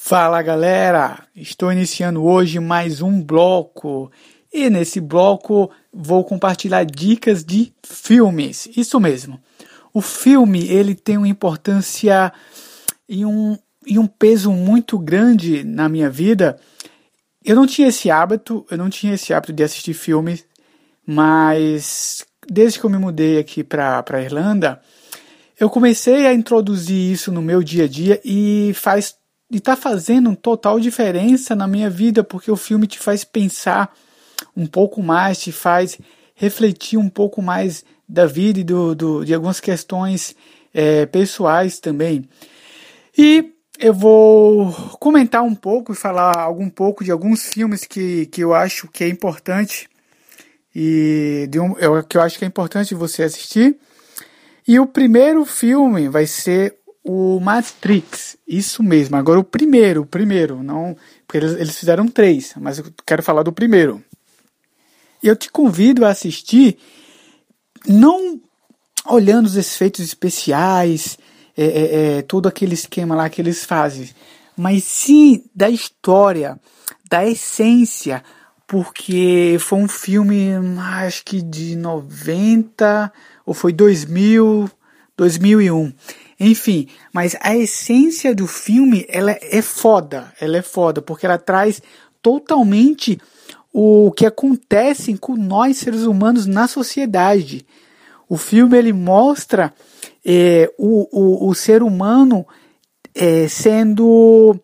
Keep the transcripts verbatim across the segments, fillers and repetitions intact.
Fala galera, estou iniciando hoje mais um bloco e nesse bloco vou compartilhar dicas de filmes, isso mesmo. O filme ele tem uma importância e um, e um peso muito grande na minha vida. Eu não tinha esse hábito, eu não tinha esse hábito de assistir filmes, mas desde que eu me mudei aqui para a Irlanda, eu comecei a introduzir isso no meu dia a dia e faz E está fazendo total diferença na minha vida, porque o filme te faz pensar um pouco mais, te faz refletir um pouco mais da vida e do, do, de algumas questões é, pessoais também. E eu vou comentar um pouco e falar algum pouco de alguns filmes que, que eu acho que é importante e de um, eu, que eu acho que é importante você assistir. E o primeiro filme vai ser o Matrix, isso mesmo. Agora o primeiro, o primeiro, não, porque eles, eles fizeram três, mas eu quero falar do primeiro. E eu te convido a assistir, não olhando os efeitos especiais, é, é, é, todo aquele esquema lá que eles fazem, mas sim da história, da essência, porque foi um filme, acho que de noventa, ou foi dois mil, dois mil e um. Enfim, mas a essência do filme, ela é foda, ela é foda, porque ela traz totalmente o que acontece com nós seres humanos na sociedade. O filme, ele mostra é, o, o, o ser humano é, sendo,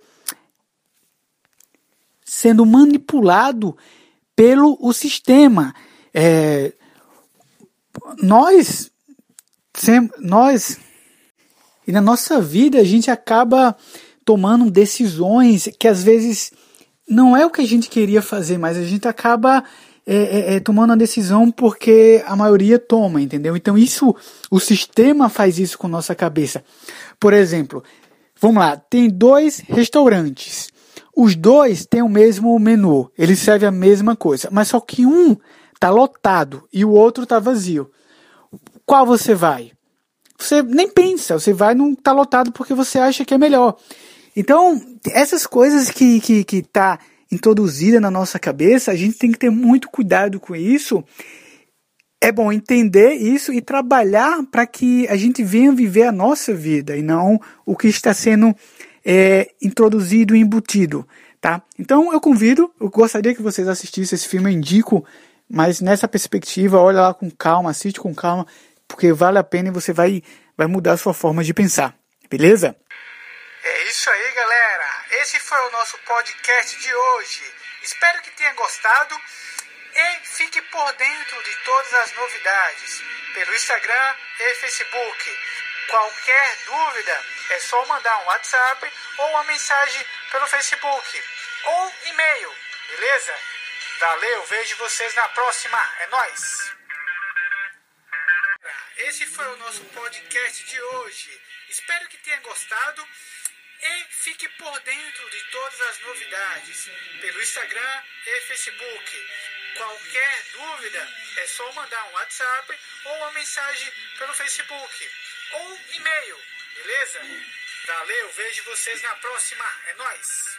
sendo manipulado pelo o sistema. É, nós, sem, nós... E na nossa vida a gente acaba tomando decisões que às vezes não é o que a gente queria fazer, mas a gente acaba é, é, é, tomando a decisão porque a maioria toma, entendeu? Então isso, o sistema faz isso com nossa cabeça. Por exemplo, vamos lá, tem dois restaurantes. Os dois têm o mesmo menu, eles servem a mesma coisa, mas só que um está lotado e o outro está vazio. Qual você vai? Você nem pensa, você vai não tá lotado porque você acha que é melhor. Então, essas coisas que que que tá introduzida na nossa cabeça, a gente tem que ter muito cuidado com isso. É bom entender isso e trabalhar para que a gente venha viver a nossa vida e não o que está sendo é, introduzido e embutido, tá? Então, eu convido, eu gostaria que vocês assistissem esse filme, eu indico, mas nessa perspectiva, olha lá com calma, assiste com calma, porque vale a pena e você vai, vai mudar a sua forma de pensar, beleza? É isso aí, galera. Esse foi o nosso podcast de hoje. Espero que tenha gostado e fique por dentro de todas as novidades pelo Instagram e Facebook. Qualquer dúvida é só mandar um WhatsApp ou uma mensagem pelo Facebook ou e-mail, beleza? Valeu, vejo vocês na próxima. É nóis! Esse foi o nosso podcast de hoje. Espero que tenha gostado e fique por dentro de todas as novidades pelo Instagram e Facebook. Qualquer dúvida é só mandar um WhatsApp ou uma mensagem pelo Facebook ou e-mail, beleza? Valeu, vejo vocês na próxima. É nóis!